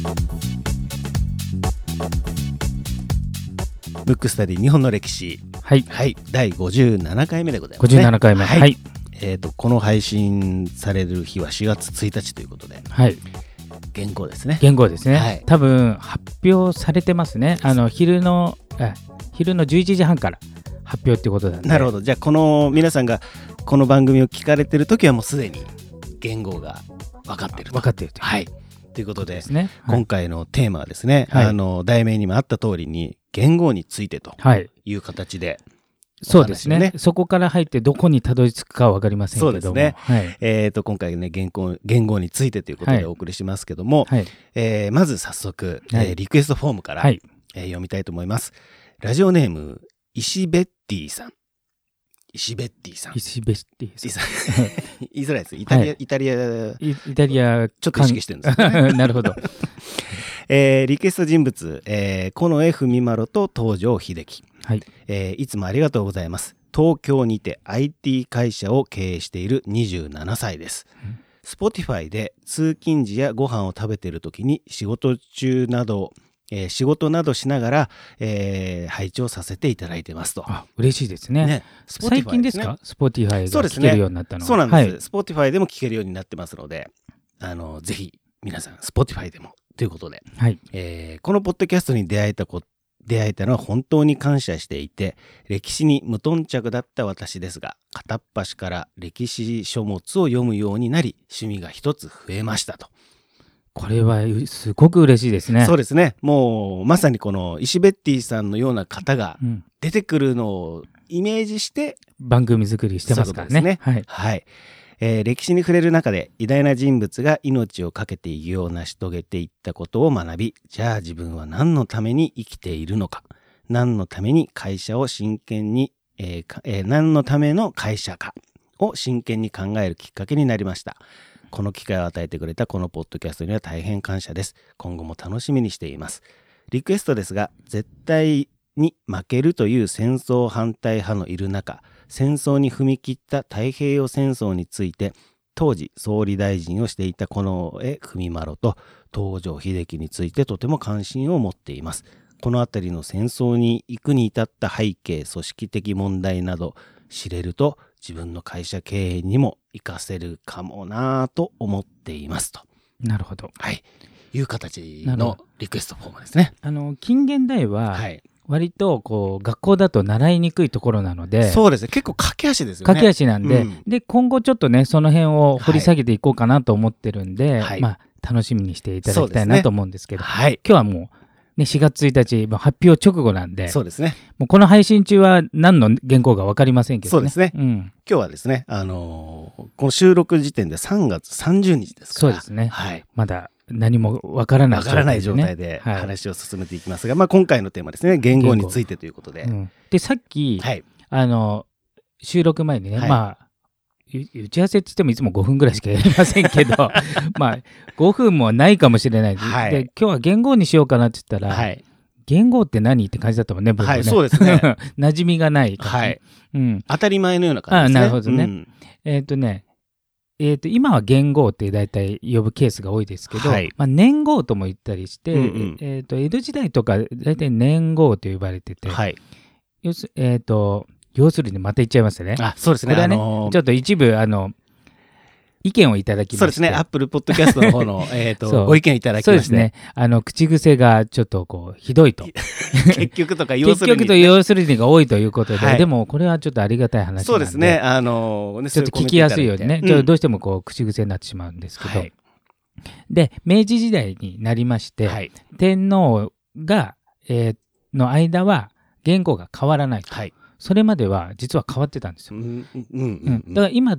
ブックスタディ日本の歴史、 はい、 はい、第57回目でございますね。 57回目、 はい、 はい、 この配信される日は4月1日ということで、 はい、 原稿ですね。 原稿ですね、 はい、 多分発表されてますね。昼の11時半から発表っていうことなんで。 なるほど。じゃあ皆さんがこの番組を聞かれてる時はもうすでに原稿が分かっていると。 分かっていると。 はい。ということで、 ですね、 はい、今回のテーマはですね、はい、題名にもあった通りに元号についてという形で、 そうですね。そこから入ってどこにたどり着くかは分かりませんけども。 そうですね。 はい、 今回ね元号についてということでお送りしますけども、はい、まず早速、リクエストフォームから、はい、読みたいと思います。ラジオネーム石ベッティさん。石ベッティさん。言いづらいです。イタリアちょっと意識してるんですね。 なるほど。 リクエスト人物、近衛文麿と東條英機、はい、いつもありがとうございます。東京にて IT 会社を経営している27歳です。Spotify で通勤時やご飯を食べている時に仕事などしながら、拝聴させていただいてますと。 嬉しいですね。最近ですか Spotify が聞けるようになったのは。 そうなんです、はい、Spotify でも聞けるようになってますので、ぜひ皆さん Spotify でもということで、はい、このポッドキャストに出会えたのは本当に感謝していて、歴史に無頓着だった私ですが、片っ端から歴史書物を読むようになり、趣味が一つ増えましたと。 これはすごく嬉しいですね。 そうですね。もうまさにこの石ベッティさんのような方が出てくるのをイメージして、 番組作りしてますからね。 そういうことですね。はい、はい。歴史に触れる中で偉大な人物が命を懸けて偉業を成し遂げていったことを学び、じゃあ自分は何のために生きているのか、何のために会社を真剣に、何のための会社かを真剣に考えるきっかけになりました。この機会を与えてくれたこのポッドキャストには大変感謝です。今後も楽しみにしています。リクエストですが、絶対に負けるという戦争反対派のいる中、戦争に踏み切った太平洋戦争について、当時総理大臣をしていた近衛文麿と東條英機についてとても関心を持っています。このあたりの戦争に行くに至った背景、組織的問題など知れると、自分の会社経営にも活かせるかもなと思っていますと。 なるほど。 はい。いう形のリクエストフォームですね。 近現代は、はい、割とこう学校だと習いにくいところなので、 そうですね。結構駆け足ですよね。 駆け足なんで、で今後ちょっとねその辺を掘り下げていこうかなと思ってるんで、はい、まあ楽しみにしていただきたいなと思うんですけど、はい、今日はもうね、4月1日発表直後なんで、 そうですね。 もうこの配信中は何の原稿か分かりませんけどね。 そうですね。今日はですね、この収録時点で3月30日ですから、 そうですね。 はい、 まだ何も分からない状態で話を進めていきますが、まあ今回のテーマですね、元号についてということで。 で、さっき、はい、収録前にね、はい、まあ打ち合わせって言ってもいつも5分ぐらいしかやりませんけどまあ5分もないかもしれない、はい、で今日は元号にしようかなって言ったら、はい、元号って何って感じだったもんね、僕はね。 はい、そうですね。 馴染みがない感じ、はい、 当たり前のような感じですね。 なるほどね。今は元号って大体呼ぶケースが多いですけど、はい、まあ、年号とも言ったりして、江戸時代とか大体年号と呼ばれてて、はい、要するにまた言っちゃいますね。 そうですね。 これはね、ちょっと一部意見をいただきまして。 そうですね。アップルポッドキャストの方のご意見いただきまして。 そうですね。口癖がちょっとこうひどいと。 結局とか要するに、ね。 結局と要するにが多いということで、はい、でもこれはちょっとありがたい話なんで。 そうですね。ちょっと聞きやすいようにね、どうしてもこう口癖になってしまうんですけど。はい、で、明治時代になりまして、はい、天皇がの間は元号が変わらないと。はい、それまでは実は変わってたんですよ。だから今って、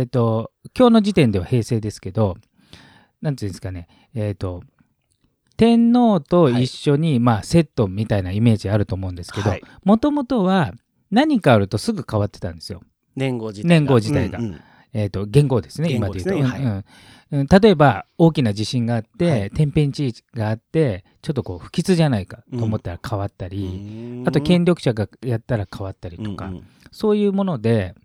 今日の時点では平成ですけど、なんていうんですかね、天皇と一緒に、まあ、セットみたいなイメージあると思うんですけど、もともとは何かあるとすぐ変わってたんですよ。 年号自体が。 元号ですね、今で言うと。例えば大きな地震があって、天変地異があってちょっとこう不吉じゃないかと思ったら変わったり、あと権力者がやったら変わったりとか、そういうもので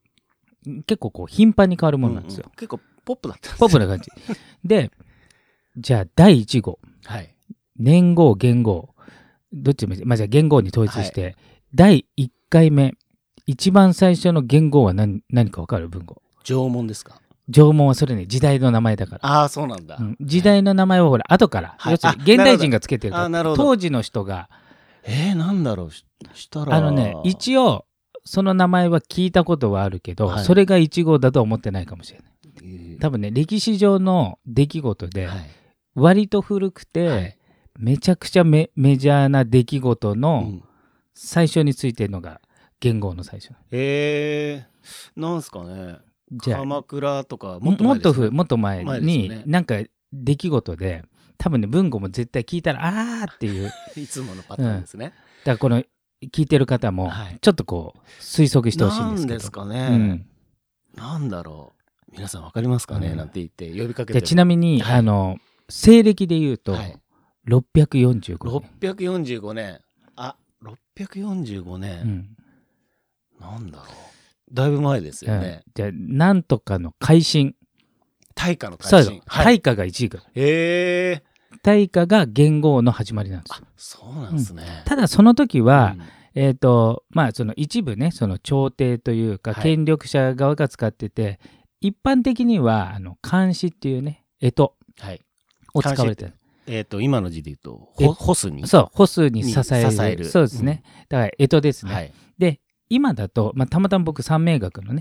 結構こう頻繁に変わるものなんですよ。 結構ポップだったんですよ。 ポップな感じでじゃあ第1号、 はい、 年号元号どっちも、じゃあ元号に統一して、はい、第1回目一番最初の元号は何か分かる？文語。 縄文ですか？ 縄文はそれね、時代の名前だから。 ああ、そうなんだ、 時代の名前はほら後から、要するに現代人がつけてるから、当時の人がなんだろうしたら一応その名前は聞いたことはあるけど、はい、それが1号だとは思ってないかもしれない。多分ね、歴史上の出来事で、はい、割と古くて、はい、めちゃくちゃメジャーな出来事の最初についてるのが元号の最初。 なんすかね。 じゃあ鎌倉とかもっと前ですね。 もっと前に、ね、なんか出来事で多分ね、文語も絶対聞いたらあーっていういつものパターンですね。 だからこの聞いてる方もちょっとこう推測してほしいんですけど、 なんですかね、なんだろう、皆さんわかりますかね、なんて言って呼びかけて。 ちなみに、はい、西暦で言うと、はい、 645年645年、なんだろう、だいぶ前ですよね。 じゃあなんとかの改新、 大化の改新、 はい、大化が1位か。大化が元号の始まりなんです。 そうなんですね。 ただその時は、まあその一部ね、その朝廷というか権力者側が使ってて、一般的には漢詩っていうね、干支を使われてる。 今の字で言うと干すに、 そう、干すに支える、そうですね。だから干支ですね。で、今だと、たまたま僕三名学のね、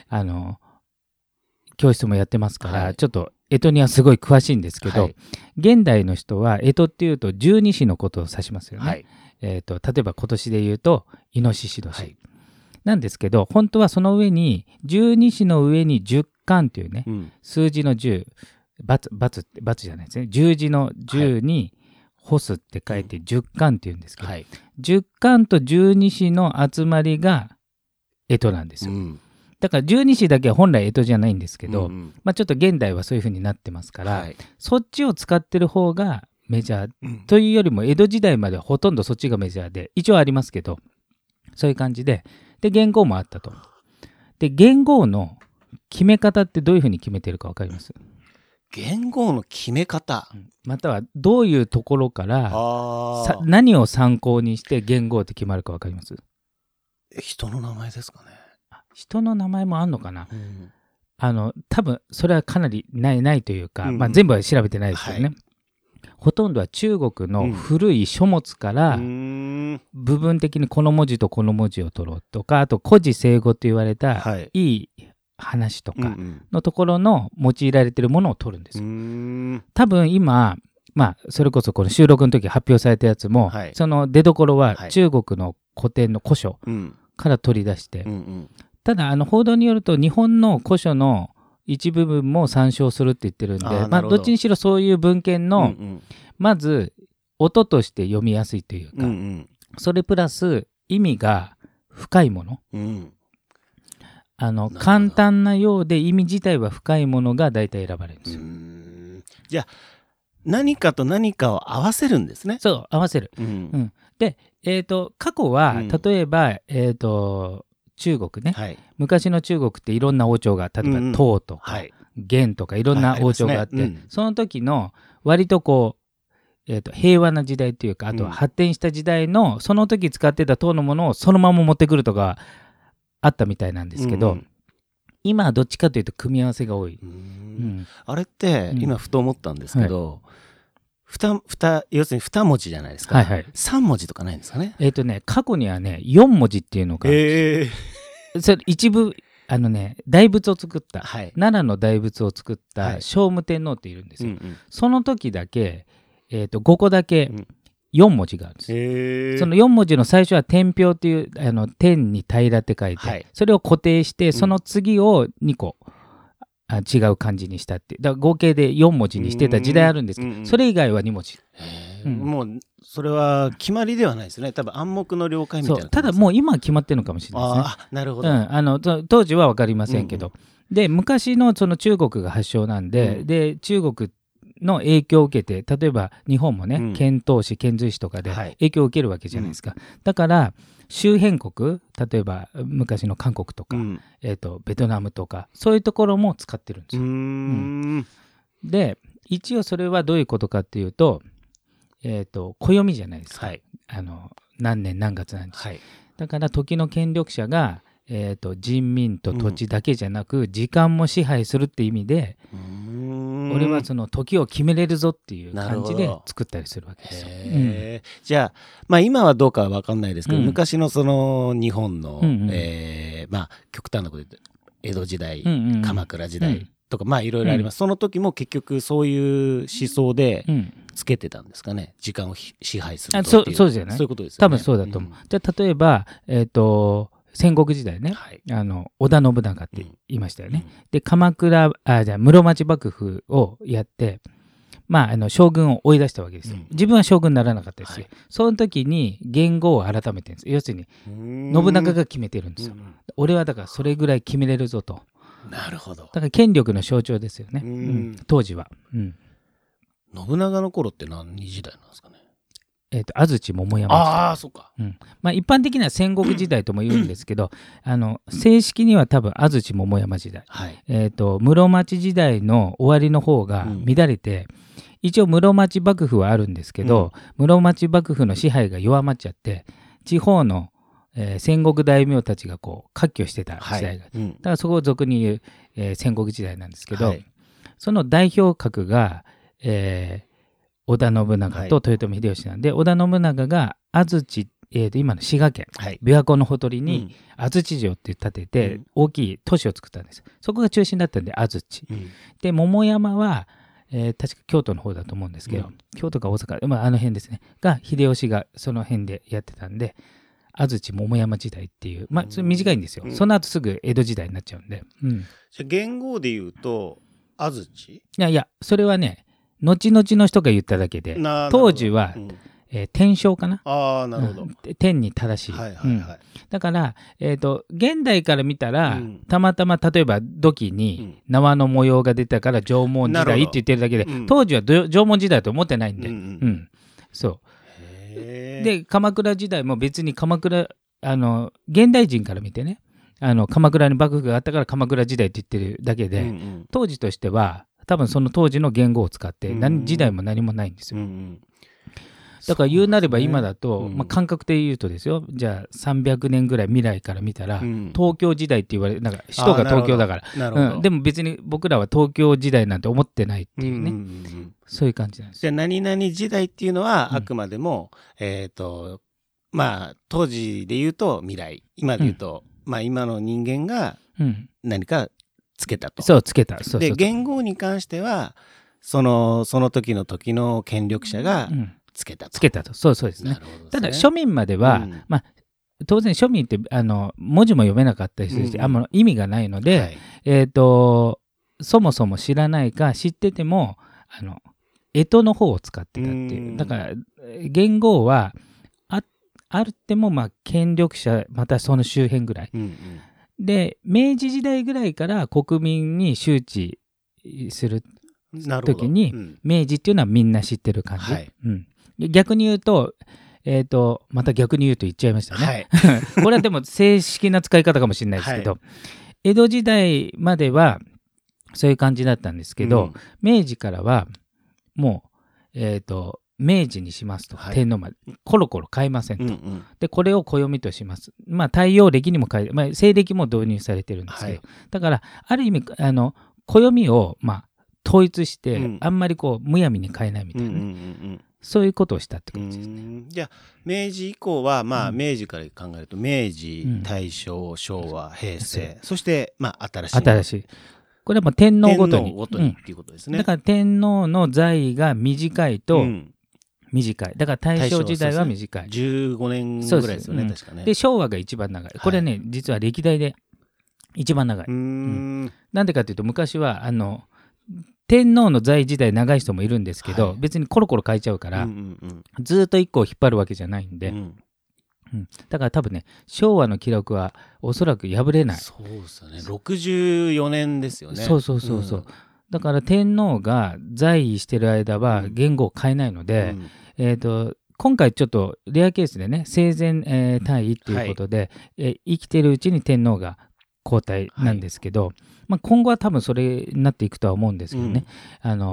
教室もやってますから、ちょっと干支にはすごい詳しいんですけど、現代の人は干支っていうと十二支のことを指しますよね。例えば今年で言うとイノシシ年、なんですけど、本当はその上に十二支の上に十干っていうね、数字の10、×じゃないですね、十字の10に干すって書いて十干っていうんですけど、十干と十二支の集まりが干支なんですよ。だから十二支だけは本来干支じゃないんですけど、ちょっと現代はそういう風になってますから、そっちを使ってる方がメジャーというよりも、江戸時代まではほとんどそっちがメジャーで、一応ありますけど、そういう感じで、元号もあったと。で、元号の決め方ってどういう風に決めてるか分かります？ 元号の決め方、 またはどういうところから何を参考にして元号って決まるか分かります？ 人の名前ですかね。 人の名前もあんのかな、多分それはかなりないというか、全部は調べてないですけどね、ほとんどは中国の古い書物から部分的にこの文字とこの文字を取ろうとか、あと古事成語と言われたいい話とかのところの用いられているものを取るんですよ。多分今、それこそこの収録の時発表されたやつも、その出どころは中国の古典の古書から取り出して、ただ報道によると日本の古書の一部分も参照するって言ってるんで、どっちにしろそういう文献の、まず音として読みやすいというか、それプラス意味が深いもの、簡単なようで意味自体は深いものが大体選ばれるんですよ。 じゃあ何かと何かを合わせるんですね。 そう、合わせる。で、過去は、例えば、中国ね、昔の中国っていろんな王朝が、例えば唐とか元とかいろんな王朝があって、その時の割とこう、平和な時代というか、あとは発展した時代のその時使ってた唐のものをそのまま持ってくるとかあったみたいなんですけど、今はどっちかというと組み合わせが多い。 あれって今ふと思ったんですけど、要するに2文字じゃないですか、3文字とかないんですかね。 過去にはね4文字っていうのが、それ一部大仏を作った、奈良の大仏を作った聖武天皇っているんですよ。その時だけ、5個だけ4文字があるんです。その4文字の最初は天平っていう天に平らって書いて、それを固定してその次を2個違う漢字にしたって、だから合計で4文字にしてた時代あるんですけど、それ以外は2文字。 もうそれは決まりではないですね。多分暗黙の了解みたいな。 ただもう今は決まってるのかもしれないですね。 なるほど。 当時は分かりませんけど、で昔のその中国が発祥なんで、で中国の影響を受けて、例えば日本もね、遣唐使遣隋使とかで影響を受けるわけじゃないですか。だから周辺国、例えば昔の韓国とか、ベトナムとかそういうところも使ってるんですよ。で一応それはどういうことかっていうと、暦じゃないですか、何年何月何日、だから時の権力者が、人民と土地だけじゃなく、時間も支配するって意味で、俺はその時を決めれるぞっていう感じで作ったりするわけですよ。 じゃあ、今はどうかは分かんないですけど、昔のその日本の、極端なこと言うと江戸時代、鎌倉時代とかいろいろあります、その時も結局そういう思想でつけてたんですかね、時間を支配するぞっていう。 そうじゃない、 そういうことですよね。 多分そうだと思う。じゃあ例えば戦国時代ね、織田信長って言いましたよね。で室町幕府をやって、将軍を追い出したわけですよ。自分は将軍にならなかったですよ。その時に元号を改めてるんです。要するに信長が決めてるんですよ。俺はだからそれぐらい決めれるぞと。 なるほど。 だから権力の象徴ですよね、当時は。信長の頃って何時代なんですかね。 安土桃山時代。 そうか。 一般的には戦国時代とも言うんですけど、正式には多分安土桃山時代、室町時代の終わりの方が乱れて、一応室町幕府はあるんですけど、室町幕府の支配が弱まっちゃって、地方の、戦国大名たちがこう割拠してた時代が、だからそこを俗に言う、戦国時代なんですけど、その代表格が、織田信長と豊臣秀吉なんで、織田信長が安土、今の滋賀県、琵琶湖のほとりに安土城って建てて、大きい都市を作ったんです。そこが中心だったんで安土、で桃山は、確か京都の方だと思うんですけど、京都か大阪、あの辺ですねが秀吉がその辺でやってたんで、安土桃山時代っていう、それ短いんですよ、その後すぐ江戸時代になっちゃうんで、 じゃあ元号で言うと安土？ いやそれはね後々の人が言っただけで、当時は、天正かな。 なるほど。 天に正しい。だから、現代から見たら、たまたま例えば土器に縄の模様が出たから縄文時代って言ってるだけで、当時は縄文時代と思ってないんで、そう。で鎌倉時代も別に鎌倉現代人から見てね、鎌倉に幕府があったから鎌倉時代って言ってるだけで、当時としては多分その当時の言語を使って時代も何もないんですよ。だから言うなれば今だと、感覚で言うとですよ、じゃあ300年ぐらい未来から見たら、東京時代って言われる、なんか首都が東京だから、でも別に僕らは東京時代なんて思ってないっていうね、そういう感じなんです。 じゃあ何々時代っていうのはあくまでも、当時で言うと未来、今で言うと、今の人間が何かつけたと。 そうつけた。 で元号に関してはその時の権力者がつけたと。 そうですね。ただ庶民までは、当然庶民って文字も読めなかったりするし、あんま意味がないので、そもそも知らないか知ってても干支の方を使ってたっていう。だから元号はあっても権力者またその周辺ぐらい。で明治時代ぐらいから国民に周知する時に、明治っていうのはみんな知ってる感じ、逆に言うと、また逆に言うと言っちゃいましたね、これはでも正式な使い方かもしれないですけど、江戸時代まではそういう感じだったんですけど、明治からはもう、明治にしますと、天皇までコロコロ変えませんと、でこれを暦とします。太陽暦にも変え、西暦も導入されてるんですけど、だからある意味暦を統一して、あんまりこうむやみに変えないみたいな、そういうことをしたって感じですね。 じゃあ明治以降は、明治から考えると明治、大正、昭和、平成、そして新しいこれはもう天皇ごとにっていうことですね。 だから天皇の在位が短いと、短い。だから大正時代は短い。 15年ぐらいですよね、確かね。 で昭和が一番長い。これね、実は歴代で一番長い。なんでかというと昔は天皇の在位時代長い人もいるんですけど、別にコロコロ変えちゃうから、ずっと一個を引っ張るわけじゃないんで、だから多分ね昭和の記録はおそらく破れない。 そうですよね。64年ですよね。 そう、だから天皇が在位してる間は元号を変えないので、今回ちょっとレアケースでね生前、退位っていうことで、生きてるうちに天皇が交代なんですけど、今後は多分それになっていくとは思うんですけどね、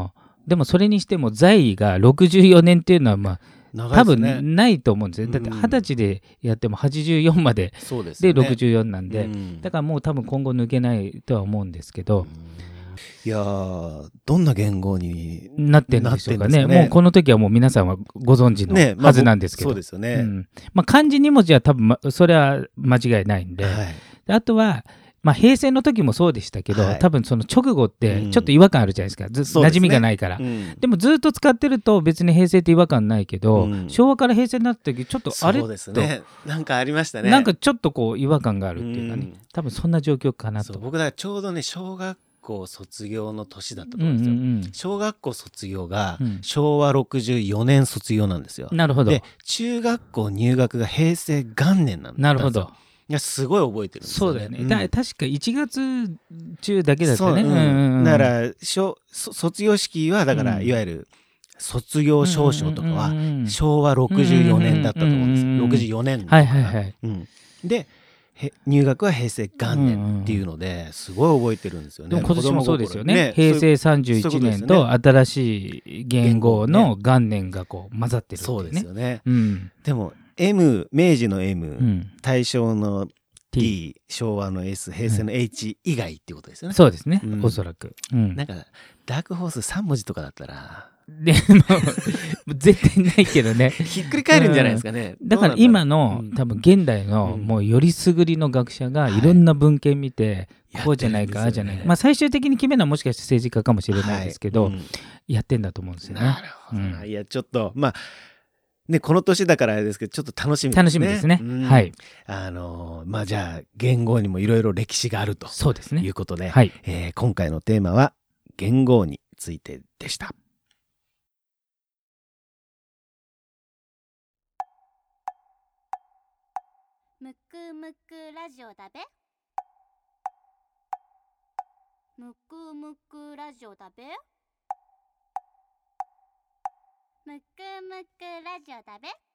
でもそれにしても在位が64年っていうのはまあ多長いですね。 分ないと思うんですよ。だって20歳でやっても84までそうですでよね。 64なんで、 うんだからもう多分今後抜けないとは思うんですけど、 いやー、どんな言語になってるんでしょうかね。 なってんですかね。 もうこの時はもう皆さんはご存知のね、 はずなんですけど、 そうですよね。 うんまあ、漢字2文字は多分、それは間違いないんで、 はい、 であとは、まあ、平成の時もそうでしたけど、多分その直後ってちょっと違和感あるじゃないですか、馴染みがないから、でもずっと使ってると別に平成って違和感ないけど、昭和から平成になった時ちょっとあれそうですね、なんかありましたね。 なんかちょっとこう違和感があるっていうかね、多分そんな状況かなと。 僕だからちょうどね、小学校卒業の年だったと思うんですよ。小学校卒業が昭和64年卒業なんですよ。 なるほど。 で中学校入学が平成元年なんですよ。 なるほど。 いやすごい覚えてるんですよね。 そうだよね。確か1月中だけだったね。 だから卒業式はだからいわゆる卒業証書とかは昭和64年だったと思うんですよ。64年。 はいはいはい。 で入学は平成元年っていうのですごい覚えてるんですよね。 でも今年もそうですよね。平成31年と新しい元号の元年がこう混ざってるっていうね。 そうですよね。でも明治の M、大正の T、昭和の S、平成の H 以外っていうことですよね。 そうですね、おそらく。 なんかダークホース3文字とかだったらでも絶対ないけどね。 ひっくり返るんじゃないですかね。 だから今の多分現代のもうよりすぐりの学者がいろんな文献見てこうじゃないかああじゃないか、まあ最終的に決めるのはもしかして政治家かもしれないですけど、やってんだと思うんですよね。 なるほどな。いやちょっとまあね、この年だからあれですけどちょっと楽しみですね。 楽しみですね。はい。 まあじゃあ元号にもいろいろ歴史があるということで、 はい今回のテーマは元号についてでした。 むくむくラジオだべ。むくむくラジオだべ。むくむくラジオだべ。